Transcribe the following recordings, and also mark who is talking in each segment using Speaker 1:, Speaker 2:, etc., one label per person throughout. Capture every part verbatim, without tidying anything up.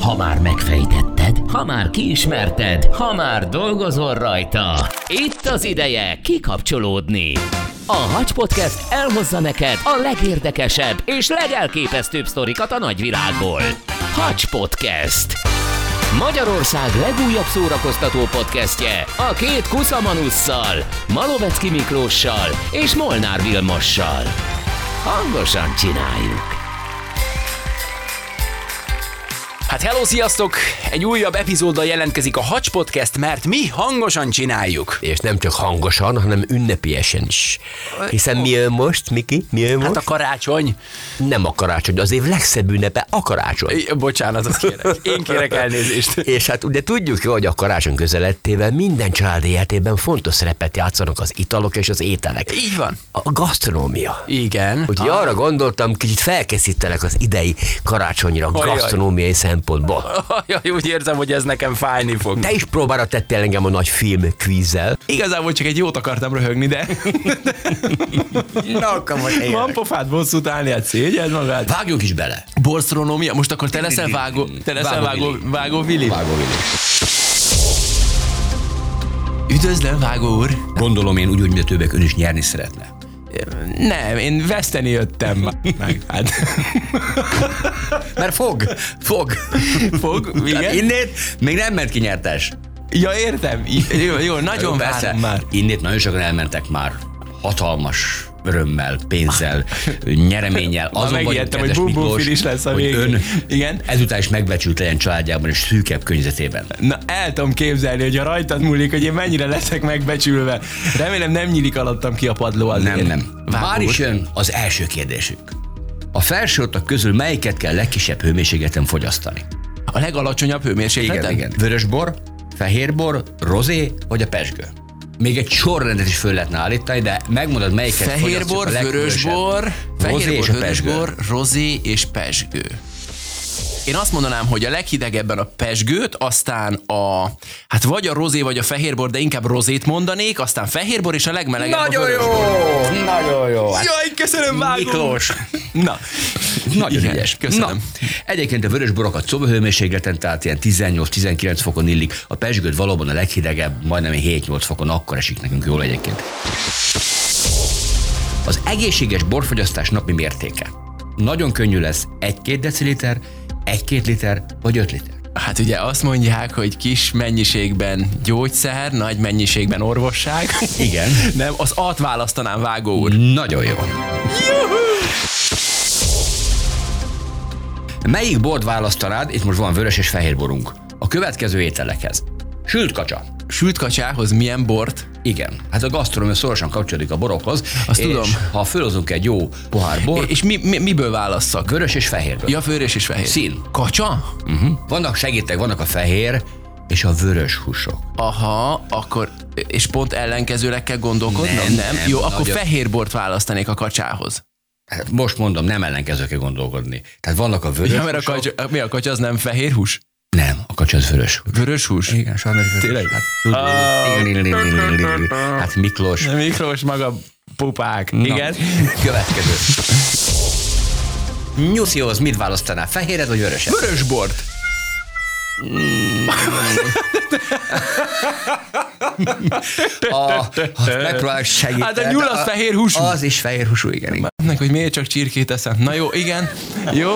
Speaker 1: Ha már megfejtetted, ha már kiismerted, ha már dolgozol rajta. Itt az ideje kikapcsolódni. A Hacs Podcast elhozza neked a legérdekesebb és legelképesztőbb sztorikat a nagyvilágból. Hacs Podcast. Magyarország legújabb szórakoztató podcastje a két kuszamanusszal, Malovecki Miklóssal és Molnár Vilmossal. Hangosan csináljuk!
Speaker 2: Hát hello, sziasztok! Egy újabb epizóddal jelentkezik a Hacs Podcast, mert mi hangosan csináljuk.
Speaker 3: És nem csak hangosan, hanem ünnepélyesen is. Hiszen mi jön most, Miki? Mi jön most?
Speaker 2: Hát a karácsony.
Speaker 3: Nem a karácsony, az év legszebb ünnepe a karácsony.
Speaker 2: Bocsánatot kérek. Én kérek elnézést.
Speaker 3: És hát ugye tudjuk jó, hogy a karácsony közelettével minden család életében fontos szerepet játszanak az italok és az ételek.
Speaker 2: Így van.
Speaker 3: A gasztronómia.
Speaker 2: Igen.
Speaker 3: Úgyhogy ah. arra gondoltam, kicsit felkészítelek az idei karácsonyra a gasztronómiai szempontból.
Speaker 2: Jaj, úgy érzem, hogy ez nekem fájni fog.
Speaker 3: Te is próbára tettél engem a nagy film kvízzel.
Speaker 4: Igazából csak egy jót akartam röhögni, de...
Speaker 3: Na, akkor most
Speaker 4: van pofád bosszút állni, hát szégyed magad.
Speaker 3: Vágjunk is bele.
Speaker 4: Borsztronómia, most akkor te leszel vágó, te leszel vágó, vágó Vili?
Speaker 3: Vágó Vili.
Speaker 4: Üdvözlöm, Vágó úr.
Speaker 3: Gondolom én úgy, hogy minden többek ön is nyerni szeretne.
Speaker 4: Nem, én veszteni jöttem meg. Hát.
Speaker 3: Mert fog, fog.
Speaker 4: Fog, igen.
Speaker 3: Innét még nem ment ki nyertes.
Speaker 4: Ja, értem. Jó, jó nagyon várom már.
Speaker 3: Innét nagyon sokan elmentek már. Hatalmas örömmel, pénzzel, nyereménnyel.
Speaker 4: Azon megijedtem, hogy bum-bum is lesz a végén.
Speaker 3: Ön
Speaker 4: igen?
Speaker 3: ezután is megbecsült legyen családjában és szűkebb környezetében.
Speaker 4: Na, el tudom képzelni, hogy a rajtad múlik, hogy én mennyire leszek megbecsülve. Remélem nem nyílik alattam ki a padló azért.
Speaker 3: Nem, nem.
Speaker 4: Vágó.
Speaker 3: Már is jön az első kérdésünk. A felsőtag közül melyiket kell legkisebb hőmérsékleten fogyasztani?
Speaker 4: A legalacsonyabb hőmérsékleten?
Speaker 3: Igen, igen. Vörösbor, fehérbor, rozé vagy a pezsgő? Még egy sorrendet is föl lehetne állítani, de megmondod, melyiket
Speaker 4: fehérbor,
Speaker 3: a
Speaker 4: vörösbor, fehérbor, vörösbor, rozé és pezsgő. Én azt mondanám, hogy a leghidegebben a pezsgőt, aztán a, hát vagy a rozé, vagy a fehérbor, de inkább rozét mondanék, aztán fehérbor, és a legmelegebb
Speaker 3: nagyon
Speaker 4: a vörösbor.
Speaker 3: Jó, nagyon jó. Hát
Speaker 4: jaj, köszönöm, Vágó.
Speaker 3: Miklós.
Speaker 4: Na,
Speaker 3: nagyon
Speaker 4: igen,
Speaker 3: ügyes.
Speaker 4: Köszönöm.
Speaker 3: Na, egyébként a vörösborokat szobahőmérsékleten, tehát ilyen tizennyolc-tizenkilenc fokon illik, a pezsgőt valóban a leghidegebb, majdnem hét-nyolc fokon, akkor esik nekünk jól egyébként. Az egészséges borfogyasztás napi mértéke. Nagyon könnyű lesz, egy-két deciliter, egy-két liter vagy öt liter.
Speaker 4: Hát ugye azt mondják, hogy kis mennyiségben gyógyszer, nagy mennyiségben orvosság.
Speaker 3: Igen.
Speaker 4: Nem, az A-t választanám, Vágó úr.
Speaker 3: Nagyon jó. Melyik bort választanád, itt most van vörös és fehér borunk, a következő ételekhez? Sült kacsa.
Speaker 4: Sült kacsához milyen bort?
Speaker 3: Igen, hát a gasztronómia szorosan kapcsolódik a borokhoz.
Speaker 4: Azt
Speaker 3: és
Speaker 4: tudom.
Speaker 3: Ha fölhozunk egy jó pohár bort...
Speaker 4: És mi, mi, miből válasszak?
Speaker 3: Vörös és fehérből.
Speaker 4: Ja, vörös és fehér.
Speaker 3: Szín.
Speaker 4: Kacsa?
Speaker 3: Uh-huh. Vannak, segítek, vannak a fehér és a vörös húsok.
Speaker 4: Aha, akkor, és pont ellenkezőleg kell gondolkodnom?
Speaker 3: Nem,
Speaker 4: nem.
Speaker 3: nem,
Speaker 4: Jó, akkor
Speaker 3: nagyon...
Speaker 4: fehér bort választanék a kacsához.
Speaker 3: Hát most mondom, nem ellenkező kell gondolkodni. Tehát vannak a vörös
Speaker 4: Ja, mert a kacsa, mi a kacsa, az nem fehér hús?
Speaker 3: Nem, a kacsa az vörös.
Speaker 4: Vörös hús?
Speaker 3: Igen, sajnos vörös.
Speaker 4: Tényleg?
Speaker 3: Hát, tudom. Hát Miklós.
Speaker 4: De Miklós maga pupák. Na. Igen.
Speaker 3: Következő. Nyuszihoz mit választanál? Fehéred vagy vöröset?
Speaker 4: Vörös bort.
Speaker 3: a, megpróbálok segíteni.
Speaker 4: Hát a nyúl az fehér húsú.
Speaker 3: Az is fehér húsú, igen. igen.
Speaker 4: Meg, hogy miért csak csirkét eszem. Na jó, igen. Jó.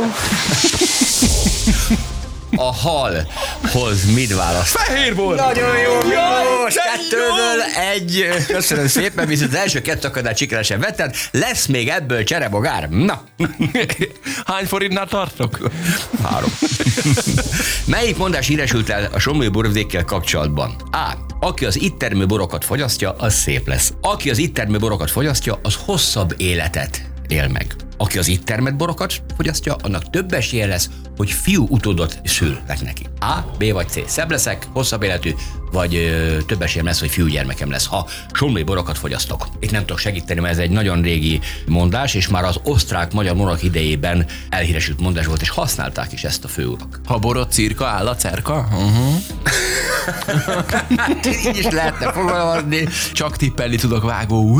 Speaker 3: A halhoz mit választ?
Speaker 4: Fehér bor!
Speaker 3: Nagyon jó, Miklós! Kettőből egy. Köszönöm szépen, viszont az első kettő akadát sikeresen vetted. Lesz még ebből cserebogár? Na.
Speaker 4: Hány forintnál tartok?
Speaker 3: Három. Melyik mondás híresült el a somlói borvidékkel kapcsolatban? A. Aki az itt termő borokat fogyasztja, az szép lesz. Aki az itt termő borokat fogyasztja, az hosszabb életet él meg. Aki az itt termett borokat fogyasztja, annak több esélye lesz, hogy fiú utódot szülnek neki. A, B vagy C. Szebb leszek, hosszabb életű, vagy ö, több esélyem lesz, hogy fiúgyermekem lesz, ha somlói borokat fogyasztok. Itt nem tudok segíteni, mert ez egy nagyon régi mondás, és már az osztrák-magyar monarch idejében elhíresült mondás volt, és használták is ezt a főurak.
Speaker 4: Ha borot cirka, áll a cerka? Uh-huh.
Speaker 3: Hát így is lehetne fogalmazni.
Speaker 4: Csak tippelni tudok, Vágó úr.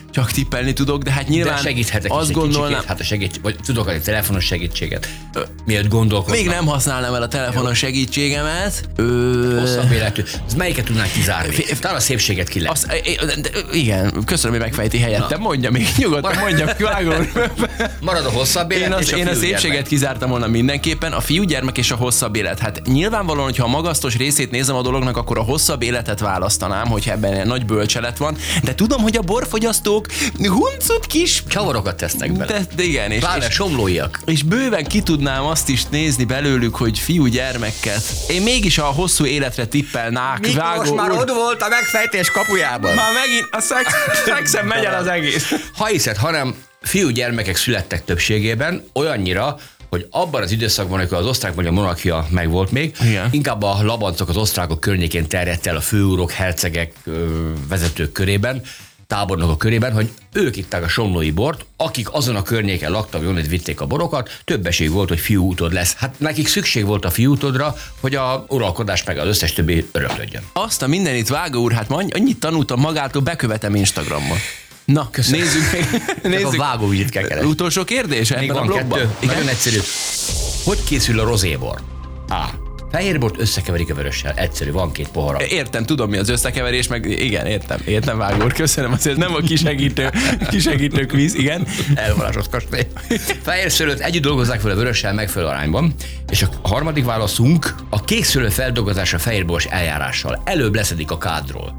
Speaker 4: csak tippelni tudok, de hát nyilván
Speaker 3: de segíthetek
Speaker 4: azt gondolnám...
Speaker 3: Hát a segítség, vagy tudok adni telefonos segítséget, miért gondolkodnak?
Speaker 4: Még nem használnám el a telefonos Jó. segítségemet. Ö...
Speaker 3: Hosszabb életű. Ez melyiket tudnánk kizárni? Talán a szépséget ki lehet.
Speaker 4: Igen, köszönöm, hogy megfejti helyettem. Mondja még, nyugodtan mondjam, Vágó.
Speaker 3: Marad a hosszabb élet.
Speaker 4: Én, az,
Speaker 3: és a,
Speaker 4: én a szépséget kizártam volna mindenképpen, a fiúgyermek és a hosszabb élet. Hát nyilvánvalóan, hogyha a magasztos részét nézem a dolognak, akkor a hosszabb életet választanám, hogyha ebben nagy bölcselet van. De tudom, hogy a borfogyasztók huncut kis
Speaker 3: csavarokat tesznek bele.
Speaker 4: De, igen, és,
Speaker 3: Pláne somlóiak.
Speaker 4: És bőven ki tudnám azt is nézni belőlük, hogy fiú-gyermeket. Én mégis a hosszú életre tippelnák.
Speaker 3: Miklós
Speaker 4: Vágó
Speaker 3: már
Speaker 4: úr.
Speaker 3: ott volt a megfejtés kapujában.
Speaker 4: Már megint a szex, szexen megy el az egész.
Speaker 3: Ha hiszed, hanem fiú-gyermekek születtek többségében, olyannyira, hogy abban az időszakban, amikor az osztrák-magyar monarchia megvolt még, igen. inkább a labancok az osztrákok környékén terjedt el a főúrok, hercegek, vezetők körében, tábornokok körében, hogy ők itták a somlói bort, akik azon a környéken laktak, hogy onnan vitték a borokat, több esély volt, hogy fiúutód lesz. Hát nekik szükség volt a fiúutódra, hogy a uralkodás meg az összes többi öröklődjön.
Speaker 4: Azt a mindenit, Vágó úr, hát annyit tanultam magától, bekövetem Instagramon. Na, köszönöm. Nézzük meg. Nézzük.
Speaker 3: A vágóügyet kell keresni.
Speaker 4: Utolsó kérdés ebben
Speaker 3: Még
Speaker 4: a
Speaker 3: van
Speaker 4: blogban?
Speaker 3: kettő. Nagyon egyszerű. Hogy készül a rozébor? A. Fehérbort összekeverik a vörössel. Egyszerű, van két pohara.
Speaker 4: Értem, tudom mi az összekeverés, meg igen, értem, értem, Vágó úr, köszönöm, azért nem a kisegítő, kisegítő kvíz, igen.
Speaker 3: Elvarázsott kastély. Fehér szőlőt együtt dolgozzák fel a vörössel megfelelő arányban, és a harmadik válaszunk a kék szőlő feldolgozása fehérboros eljárással. Előbb leszedik a kádról.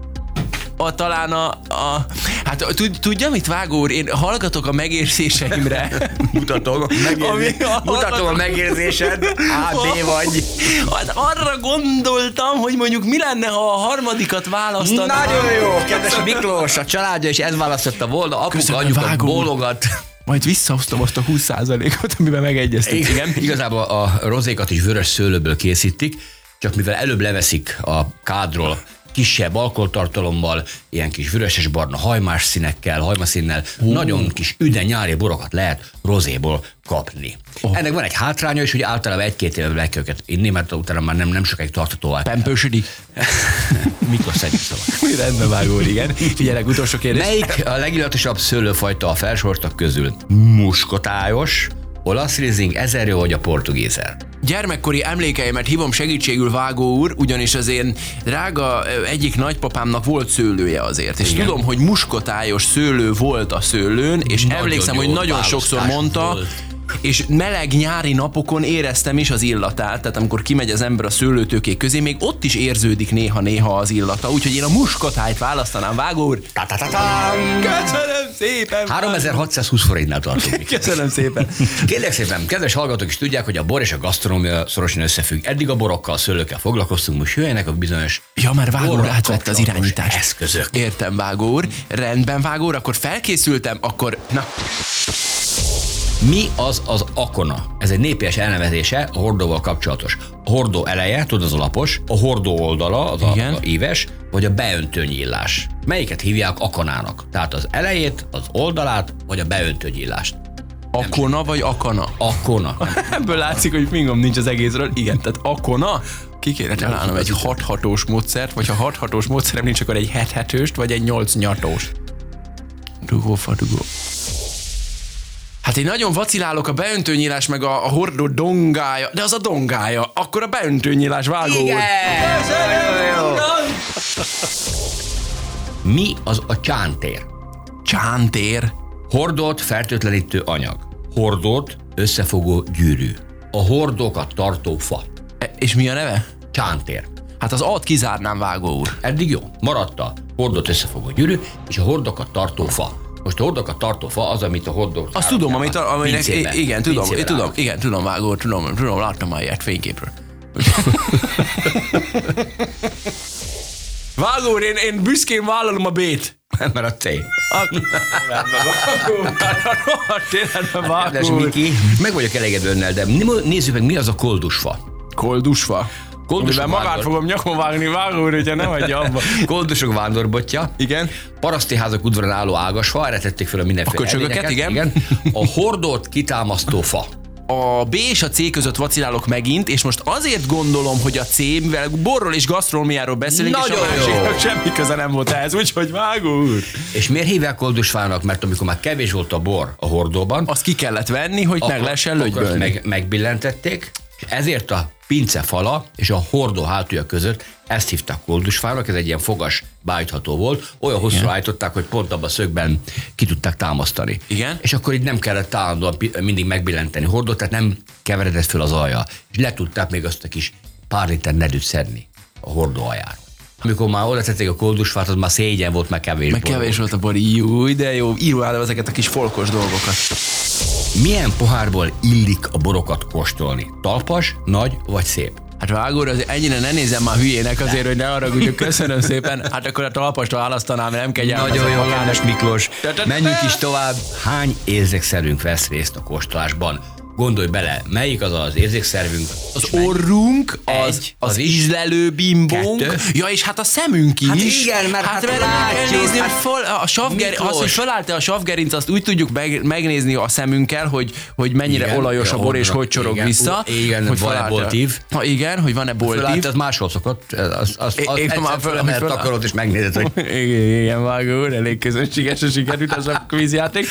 Speaker 4: A, talán a, a... Hát tudja mit, Vágó úr? Én hallgatok a megérzéseimre.
Speaker 3: Mutatom a, megérzés, a, mutatom a megérzésed. á bé vagy.
Speaker 4: Hát arra gondoltam, hogy mondjuk mi lenne, ha a harmadikat választanám.
Speaker 3: Nagyon jó, kedves Miklós, a családja is ez választotta volna. Apuka, anyuka bólogat.
Speaker 4: Majd visszahoztam azt a húsz százalékot, amiben megegyeztünk.
Speaker 3: Igen. Igazából a rozékat is vörös szőlőből készítik, csak mivel előbb leveszik a kádról kisebb alkoholtartalommal, ilyen kis vöröses-barna hajmás színekkel, hajmaszínnel, oh. nagyon kis üde nyári borokat lehet rozéból kapni. Oh. Ennek van egy hátránya is, hogy általában egy-két éve meg kell őket inni, mert utána már nem, nem sokáig tartható.
Speaker 4: Pempősödik.
Speaker 3: Mikor szedjük szavak?
Speaker 4: Rendben, Vágó, igen. Figyelek, utolsó kérdés.
Speaker 3: Melyik a legillatosabb szőlőfajta a felsoroltak közül? Muskotályos, olasz rizing, ezerjó vagy a portugézer?
Speaker 4: Gyermekkori emlékeimet hívom segítségül, Vágó úr, ugyanis az én drága egyik nagypapámnak volt szőlője azért. És igen. tudom, hogy muskotályos szőlő volt a szőlőn, és nagyon emlékszem, hogy nagyon sokszor mondta, volt. És meleg nyári napokon éreztem is az illatát, tehát amikor kimegy az ember a szőlőtőkék közé, még ott is érződik néha-néha az illata, úgyhogy én a muskotályt választanám, Vágó úr. Köszönöm szépen!
Speaker 3: háromezer-hatszázhúsz forintnál tartunk.
Speaker 4: Köszönöm szépen.
Speaker 3: Kérlek szépen, kedves hallgatók is tudják, hogy a bor és a gasztronómia szorosan összefügg. Eddig a borokkal, a szőlőkkel foglalkoztunk, most jöjjenek a bizonyos.
Speaker 4: Ja, már Vágó úr átvette az irányítást.
Speaker 3: Eszközök.
Speaker 4: Értem, Vágó úr. Rendben, Vágó úr, akkor felkészültem, akkor na.
Speaker 3: Mi az az akona? Ez egy népies elnevezése a hordóval kapcsolatos. A hordó eleje, tudod, az a lapos, a hordó oldala, az a, a íves, vagy a beöntőnyílás. Melyiket hívják akonának? Tehát az elejét, az oldalát, vagy a beöntőnyílást.
Speaker 4: Akona vagy akana?
Speaker 3: Akona.
Speaker 4: Ebből látszik, hogy fingom nincs az egészről. Igen, tehát akona. Ki kéne találnom egy hathatós módszert, vagy ha hathatós módszerem nincs, akkor egy hethetőst, vagy egy nyolcnyatóst. Dugó, fadugó. Hát én nagyon vacilálok a beöntőnyílás meg a, a hordó dongája, de az a dongája, akkor a beöntőnyílás, Vágó úr.
Speaker 3: Mi az a csántér?
Speaker 4: Csántér?
Speaker 3: Hordót fertőtlenítő anyag. Hordót összefogó gyűrű. A hordókat tartó fa.
Speaker 4: E, és mi a neve?
Speaker 3: Csántér.
Speaker 4: Hát az A-t kizárnám, Vágó úr.
Speaker 3: Eddig jó. Maradt a hordót összefogó gyűrű és a hordókat tartó fa. Most a hordókat tartó fa az, amit a hordók...
Speaker 4: Azt tudom, amit a, aminek, igen, tudom, tudom, igen, tudom, Vágó, tudom, tudom, láttam már ilyet fényképről. Vágó úr, én, én büszkén vállalom a B-t.
Speaker 3: Mert a C.
Speaker 4: Vágó úr.
Speaker 3: Meg vagyok elégedve önnel, de nézzük meg, mi az a koldusfa.
Speaker 4: Koldusfa? Koldusok magát vándor... fogom nyakon vágni, Vágó úr, hogyha nem hagyja abba.
Speaker 3: Koldusok vándorbottja.
Speaker 4: Igen.
Speaker 3: Paraszti házak udvarán álló ágasfa, erre tették fel a mindenféle
Speaker 4: a köcsögöket, igen. igen.
Speaker 3: A hordót kitámasztó fa.
Speaker 4: a B és a C között vacilálok megint, és most azért gondolom, hogy a C, mivel borról és gasztronómiáról beszélünk,
Speaker 3: nagyon
Speaker 4: és a másiknak semmi köze nem volt ehhez, úgyhogy Vágó úr.
Speaker 3: És miért hívják koldusfának? Mert amikor már kevés volt a bor a hordóban,
Speaker 4: azt ki kellett venni, hogy meg lehessen lögybölni.
Speaker 3: Meg, megbillentették, ezért a pince fala és a hordó hátulja között ezt hívták koldusfának, ez egy ilyen fogas beállítható volt, olyan hosszú állították, hogy pont abban a szögben ki tudták támasztani.
Speaker 4: Igen.
Speaker 3: És akkor így nem kellett állandóan mindig megbillenteni hordót, tehát nem keveredett föl az alja. És le tudták még azt a kis pár liter nedűt szedni a hordó aljáról. Amikor már oda tették a koldusfát, az már szégyen volt, meg kevés
Speaker 4: meg
Speaker 3: bor
Speaker 4: kevés volt a bor, jó, de jó, írulálom ezeket a kis folkos dolgokat.
Speaker 3: Milyen pohárból illik a borokat kóstolni? Talpas, nagy vagy szép?
Speaker 4: Hát Vágó úr, azért ennyire ne nézem már hülyének azért, hogy ne haragudjuk, köszönöm szépen. Hát akkor a talpast választanám, mert nem kell gyárni.
Speaker 3: Nagyon jó, János Miklós. Menjünk is tovább. Hány érzékszervünk vesz részt a kóstolásban? Gondolj bele, melyik az az érzékszervünk?
Speaker 4: Az orrunk, az,
Speaker 3: Egy,
Speaker 4: az,
Speaker 3: az
Speaker 4: ízlelő bimbónk,
Speaker 3: kettő.
Speaker 4: ja, és hát a szemünk is.
Speaker 3: Hát igen, mert
Speaker 4: hát,
Speaker 3: hát
Speaker 4: mert
Speaker 3: látjuk,
Speaker 4: kell nézni,
Speaker 3: hát
Speaker 4: hogy föl, a savger,
Speaker 3: Miklós.
Speaker 4: az, hogy fölállt-e a savgerinc, azt úgy tudjuk meg, megnézni a szemünkkel, hogy, hogy mennyire
Speaker 3: Igen,
Speaker 4: olajos a bor, és hogy csorog
Speaker 3: igen,
Speaker 4: vissza.
Speaker 3: igen,
Speaker 4: hogy
Speaker 3: van-e
Speaker 4: fölállt-e-
Speaker 3: boltív?
Speaker 4: Ha igen, hogy van-e boltív.
Speaker 3: Fölállt, az máshol szokott. Az, az, az, az
Speaker 4: Én- én már
Speaker 3: egyszer
Speaker 4: föl-
Speaker 3: fölemeled
Speaker 4: föl-
Speaker 3: takarót, és megnézed, hogy
Speaker 4: Igen, igen, Vágó úr, elég közönséges a sikerült az a kvízjáték.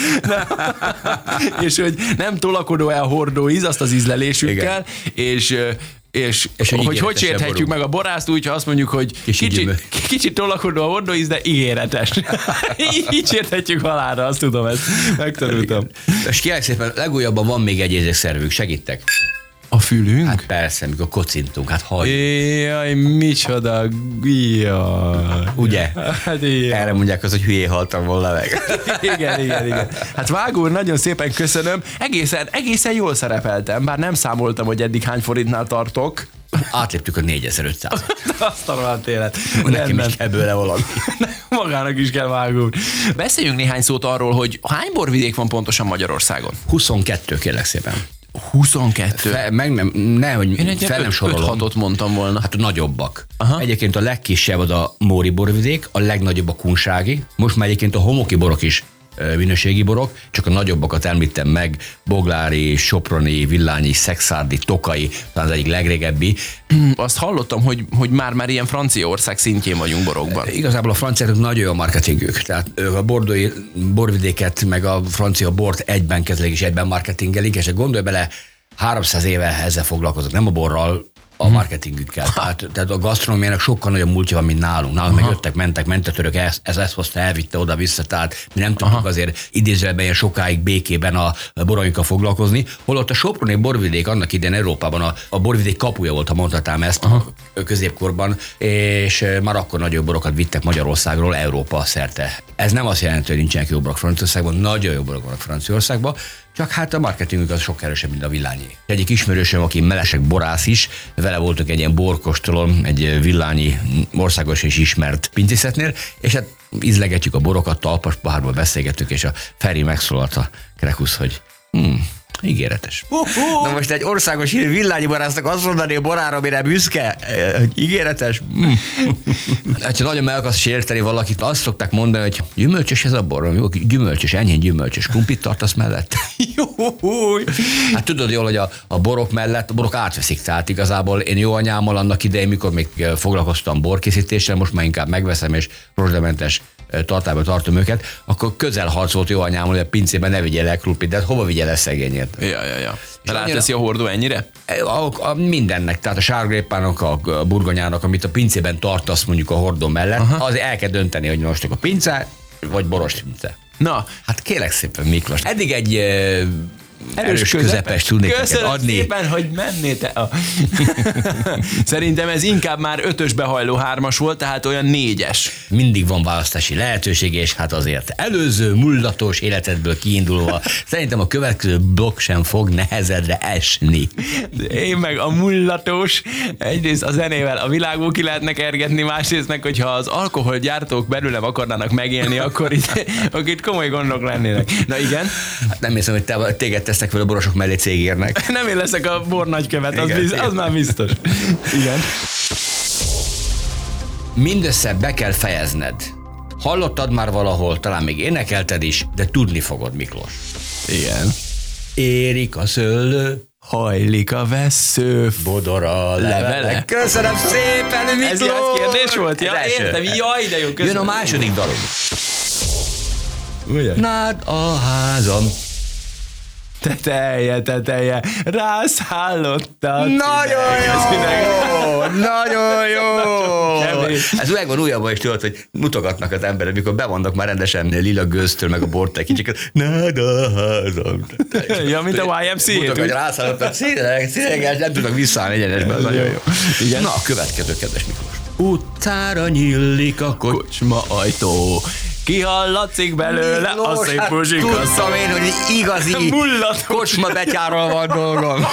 Speaker 4: És hogy nem tolakodó-e a hordóíz, azt az ízlelésükkel, és és,
Speaker 3: És hogy
Speaker 4: hogy hogy
Speaker 3: ígéretesebb
Speaker 4: sérthetjük
Speaker 3: ború.
Speaker 4: meg a borászt úgy, ha azt mondjuk, hogy
Speaker 3: Kicsi
Speaker 4: kicsit,
Speaker 3: gyümölcs.
Speaker 4: kicsit tolakodó a hordóíz, de ígéretes. Így, így sérthetjük halálra, azt tudom, ezt megtanultam.
Speaker 3: és kérlek szépen, legújabban van még egy érzékszervünk, segítek?
Speaker 4: A fülünk?
Speaker 3: Hát persze, mikor kocintunk, hát hallj.
Speaker 4: Jaj, micsoda, jaj.
Speaker 3: Ugye?
Speaker 4: Hát ilyen.
Speaker 3: Erre mondják az, hogy hülyé haltam volna meg.
Speaker 4: Igen, igen, igen. Hát Vágó úr, nagyon szépen köszönöm. Egészen, egészen jól szerepeltem, bár nem számoltam, hogy eddig hány forintnál tartok.
Speaker 3: Átléptük a négyezer-ötszázat.
Speaker 4: Azt a rohadt élet.
Speaker 3: Nekem
Speaker 4: Rendben.
Speaker 3: is kell bőle valami.
Speaker 4: Magának is kell, Vágó úr. Beszéljünk néhány szót arról, hogy hány borvidék van pontosan Magyarországon?
Speaker 3: huszonkettő, kérlek szépen.
Speaker 4: huszonkettő.
Speaker 3: Fe, meg nem, ne, hogy
Speaker 4: Én egy
Speaker 3: fel nem sorolom.
Speaker 4: öt-hatot mondtam volna.
Speaker 3: Hát a nagyobbak.
Speaker 4: Aha.
Speaker 3: Egyébként a legkisebb az a Móri borvidék, a legnagyobb a kunsági. Most már egyébként a homoki borok is ö, minőségi borok, csak a nagyobbakat említem meg, Boglári, Soproni, Villányi, Szexárdi, Tokai, talán az egyik legrégebbi.
Speaker 4: Azt hallottam, hogy, hogy már-már ilyen Franciaország szintjén vagyunk borokban.
Speaker 3: Igazából a franciáknak nagyon jó a marketingük, tehát ők a bordói borvidéket, meg a francia bort egyben kezelik és egyben marketingelik, és gondolj bele, háromszáz éve ezzel foglalkoznak, nem a borral, a marketingükkel. Tehát, tehát a gasztronómiának sokkal nagyobb múltja van, mint nálunk. Nálunk meg jöttek, mentek, mentetörök, ez, ez ezt hozta, elvitte oda-vissza, tehát mi nem tudjuk azért idézőjelben ilyen sokáig békében a borainkkal foglalkozni. Holott a soproni borvidék annak idején Európában a, a borvidék kapuja volt, ha mondhatám ezt Aha. a középkorban, és már akkor nagyobb borokat vittek Magyarországról Európa szerte. Ez nem azt jelenti, hogy nincsenek jó borok Franciaországban, nagyon jó borok vannak Franciaországban, csak hát a marketingük az sok erősebb, mint a Villányi. Egyik ismerősöm, aki melesek borász is, vele voltunk egy ilyen borkostolon, egy Villányi országos és ismert pincészetnél, és hát ízlegetjük a borokat, talpas pohárból beszélgettük, és a Feri megszólalt a Krekusz, hogy hmm, ígéretes. Na most egy országos Villányi borásznak azt mondani a borára, amire büszke, hogy ígéretes. Hmm. Hát, ha nagyon meg akarsz sérteni valakit, azt szokták mondani, hogy gyümölcsös ez a bor, jó, gyümölcsös, enyhén gyümölcsös, krumplit tartasz mellett. Jó. Hát tudod jól, hogy a, a borok mellett, a borok átveszik, tehát igazából én jó anyámmal annak idején, mikor még foglalkoztam borkészítéssel, most már inkább megveszem és rozsdamentes tartályba tartom őket, akkor közel harcolt jó anyámmal, hogy a pincében ne vigyél el krumplit, de hát hova vigyél el szegényért?
Speaker 4: Ja, ja, ja. Ráteszi a hordó ennyire?
Speaker 3: A, a mindennek, tehát a sárgrépának, a burgonyának, amit a pincében tartasz mondjuk a hordó mellett, Aha. az el kell dönteni, hogy most a pince, vagy boros pince.
Speaker 4: Na,
Speaker 3: hát kérlek szépen, Miklós. Eddig egy uh, erős, erős
Speaker 4: közepes,
Speaker 3: közepes tudnék neked
Speaker 4: köszönöm
Speaker 3: adni.
Speaker 4: szépen, hogy mennél te. A... Szerintem ez inkább már ötösbe hajló hármas volt, tehát olyan négyes.
Speaker 3: Mindig van választási lehetőség, és hát azért előző mullatós életedből kiindulva szerintem a következő blokk sem fog nehezedre esni.
Speaker 4: Én meg a mullatós, egyrészt a zenével a világból ki lehetne kergetni, másrészt meg, hogyha az alkoholgyártók belőlem akarnának megélni, akkor itt, akkor itt komoly gondok lennének. Na igen?
Speaker 3: Hát nem hiszem, hogy te, téged tesznek fel a borosok mellé cégérnek.
Speaker 4: Nem én leszek a bor nagykövet, az, biz, az már biztos. Igen.
Speaker 3: Mindössze be kell fejezned. Hallottad már valahol, talán még énekelted is, de tudni fogod, Miklós.
Speaker 4: Igen.
Speaker 3: érik a szőlő,
Speaker 4: hajlik a vessző,
Speaker 3: bodor a levele. Köszönöm szépen, Miklós!
Speaker 4: Ez ilyen kérdés volt? Ja, értem, jaj, de jó, köszönöm.
Speaker 3: Jön a második dalom. Nád a házam.
Speaker 4: Teteje, teteje, rászállottak.
Speaker 3: Nagyon jó! Nagyon jó! Ez megvan újabban is tudod, hogy mutogatnak az emberek, mikor bevannak már rendesen lila gőztől, meg a bortek kicsiket. Nád a házam.
Speaker 4: Ja, mint a Y M C A.
Speaker 3: Mutogat, hogy rászállottak. Színek, színek, nem tudnak visszaállni egyenesben. Nagyon jó. Igen. Na, a következő, kedves Miklós. Utcára nyílik a kocs.
Speaker 4: Kocsma ajtó. Kihallatszik belőle Miklós, a szép
Speaker 3: hát
Speaker 4: muzsika.
Speaker 3: Tudtam én, hogy igazi kocsma betyárral van dolgom.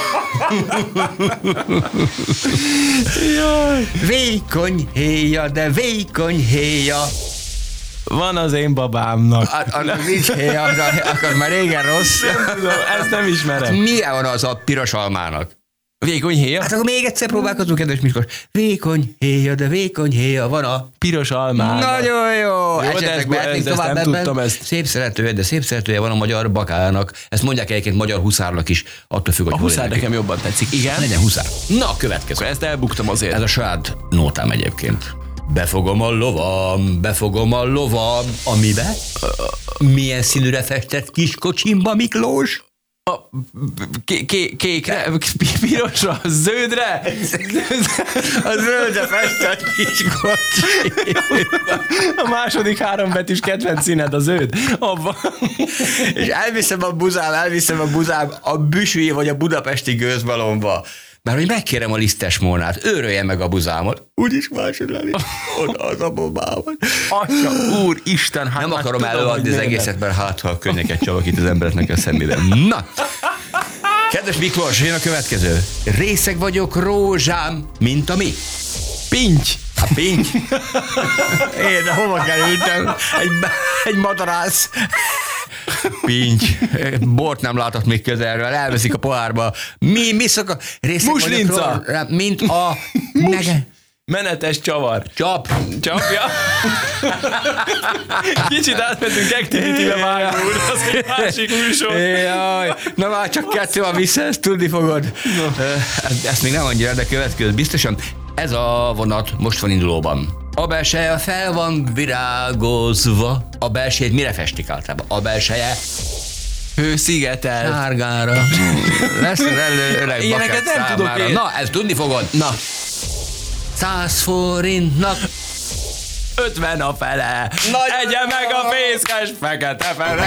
Speaker 3: Vékony héja, de vékony héja.
Speaker 4: Van az én babámnak.
Speaker 3: Annak nincs héja, akkor már régen rossz.
Speaker 4: Nem tudom, ezt nem ismerem.
Speaker 3: Milyen van az a piros almának?
Speaker 4: Vékony héja?
Speaker 3: Hát akkor még egyszer próbálkozunk, kedves Miklós. Vékony héja, de vékony héja van a
Speaker 4: piros almának.
Speaker 3: Nagyon jó.
Speaker 4: Jó, de ezt, ezt, ezt nem tudtam ezt.
Speaker 3: Szép szeretője, de szép szeretője van a magyar bakának. Ezt mondják egyébként magyar huszárnak is, attól függ, hogy
Speaker 4: a huszár nekem jobban tetszik. Igen?
Speaker 3: Legyen huszár. Na, a következő.
Speaker 4: Akkor ezt elbuktam azért.
Speaker 3: Ez a saját nótám egyébként. Befogom a lovam, befogom a lovam. Amibe? Milyen színűre festett kis kocsimba, Miklós?
Speaker 4: A kékre, pirosra, zöldre?
Speaker 3: A zöldre festett kis kocsi.
Speaker 4: A második három betűs kedvenc színed a zöld. Abba.
Speaker 3: És elviszem a buzám, elviszem a buzám a büsüi vagy a budapesti gőzbalomba. Mert hogy megkérem a lisztes mónát, őrölje meg a buzámot. Úgyis másodlani. Oda az a bombában.
Speaker 4: Atya, úr, Isten, hát
Speaker 3: nem akarom előadni az egészet, mert hát, ha a könnyeket csalok itt az embereknek a szemében. Na! Kedves Miklós, jön a következő. Részeg vagyok rózsám, mint a mi?
Speaker 4: Pinty.
Speaker 3: A pinty? Én, de hova kerültem? Egy, egy madarász. Pinty. Bort nem látott még közelről, elveszik a pohárba. Mi, mi szok a...
Speaker 4: Muslinca.
Speaker 3: Mint a...
Speaker 4: Mus. Menetes csavar.
Speaker 3: Csap.
Speaker 4: Csapja. Kicsit átmentünk activity-be, Vágó úr, az egy másik műsor.
Speaker 3: Jaj, na már csak kettő van vissza, ezt tudni fogod. No. Ezt még nem annyira, de következő. Biztosan ez a vonat most van indulóban. A belseje fel van virágozva. A belsejét mire festik általában? A belseje
Speaker 4: hőszigetel.
Speaker 3: Sárgára. Lesz az elő öreg
Speaker 4: ilyeneket nem
Speaker 3: számára.
Speaker 4: tudok én.
Speaker 3: Na, ezt tudni fogod. Na. Száz forintnak
Speaker 4: ötven a fele. Egye meg a fészkes fekete fele.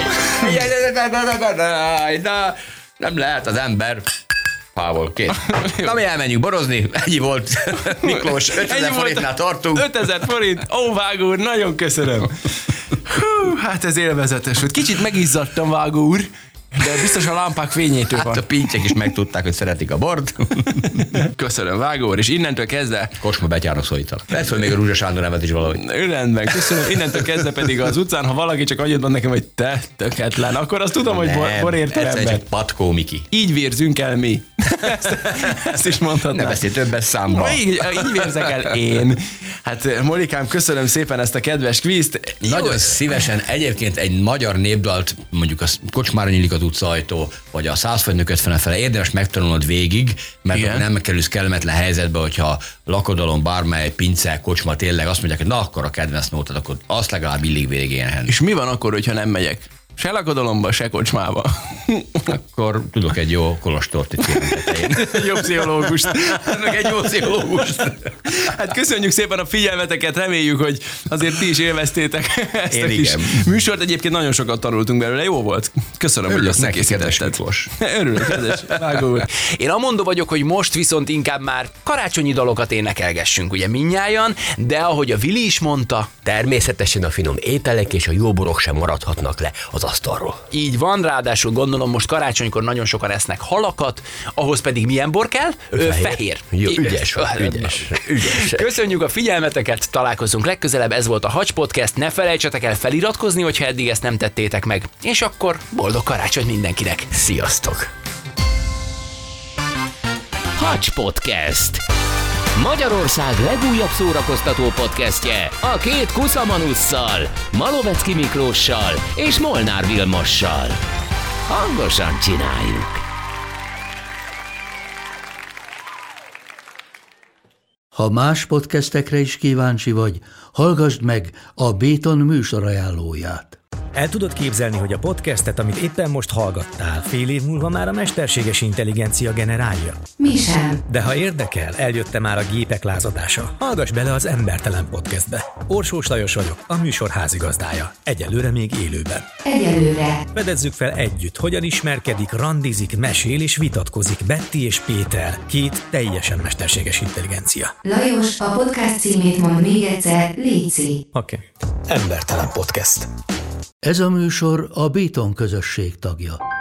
Speaker 3: Nem lehet az ember. Pávol, két. Na mi elmenjünk borozni, ennyi volt. Miklós, ötezer forintnál tartunk.
Speaker 4: ötezer forint, ó, Vágó úr, nagyon köszönöm. Hú, hát ez élvezetes volt. Kicsit megizzadtam, Vágó úr, de biztos a lámpák fényétől
Speaker 3: hát
Speaker 4: van.
Speaker 3: A pintyek is megtudták, hogy szeretik a bort.
Speaker 4: Köszönöm, Vágó úr, és innentől kezdve...
Speaker 3: Kocsma betyárnak szólítanak. Lehet, hogy még a Rúzsa Sándor nevet is valahogy.
Speaker 4: Rendben, köszönöm. Innentől kezdve pedig az utcán, ha valaki csak annyit mond nekem, hogy te töketlen, akkor azt tudom, hogy bor, borértő ember.
Speaker 3: Csak patkó Miki.
Speaker 4: Így vérzünk el mi. Ezt, ezt is mondhatnám.
Speaker 3: Ne beszélj többes számba.
Speaker 4: Így, így vérzek el én. Hát Molikám, köszönöm szépen ezt a kedves kvízt.
Speaker 3: Nagyon szívesen egyébként egy magyar népdalt, mondjuk a Kocsmára nyílik az utcaajtó, vagy a száz forintnak ötven fele érdemes megtanulnod végig, mert igen, akkor nem kerülsz kellemetlen helyzetbe, hogyha lakodalom, bármely, pince, kocsma tényleg azt mondják, hogy na akkor a kedvenc nótad, akkor azt legalább illig végén.
Speaker 4: És mi van akkor, hogyha nem megyek? Se lakodalomba, se kocsmába.
Speaker 3: Akkor tudok egy jó kolostort itt tetején.
Speaker 4: Egy jó pszichológust.
Speaker 3: Meg egy jó pszichológust.
Speaker 4: Hát köszönjük szépen a figyelmeteket, reméljük, hogy azért ti is élveztétek ezt
Speaker 3: Én
Speaker 4: a kis
Speaker 3: igen.
Speaker 4: műsort. Egyébként nagyon sokat tanultunk belőle, jó volt. Köszönöm,
Speaker 3: Örülök
Speaker 4: hogy ezt nekészítetted. Örülök, kedves Vágó úr.
Speaker 2: Én amondó vagyok, hogy most viszont inkább már karácsonyi dalokat énekelgessünk, ugye mindnyájan, de ahogy a Vili is mondta,
Speaker 1: természetesen a finom ételek és a jó borok sem maradhatnak le az asztalról.
Speaker 2: Így van, ráadásul gondolom most karácsonykor nagyon sokan esznek halakat, ahhoz pedig milyen bor kell? Ö, fehér.
Speaker 1: Jó, ügyes vagy, ügyes, ügyes.
Speaker 2: Köszönjük a figyelmeteket, találkozunk legközelebb, ez volt a Hacs Podcast, ne felejtsetek el feliratkozni, hogyha eddig ezt nem tettétek meg, és akkor boldog karácsony mindenkinek.
Speaker 1: Sziasztok! Hacs Podcast. Magyarország legújabb szórakoztató podcastje a két Kuszamanusszal, Malovecki Miklóssal és Molnár Vilmossal. hangosan csináljuk.
Speaker 5: Ha más podcastekre is kíváncsi vagy, hallgassd meg a Béton műsor ajánlóját.
Speaker 6: El tudod képzelni, hogy a podcastet, amit éppen most hallgattál, fél év múlva már a mesterséges intelligencia generálja?
Speaker 7: Mi sem.
Speaker 6: De ha érdekel, eljött már a gépek lázadása. Hallgass bele az Embertelen Podcastbe. Orsós Lajos vagyok, a műsor házigazdája. Egyelőre még élőben.
Speaker 7: Egyelőre.
Speaker 6: Fedezzük fel együtt, hogyan ismerkedik, randizik, mesél és vitatkozik Betty és Péter, két teljesen mesterséges intelligencia.
Speaker 7: Lajos, a podcast címét mond még egyszer, léci.
Speaker 6: Oké. Okay. Embertelen Podcast.
Speaker 5: Ez a műsor a Béton közösség tagja.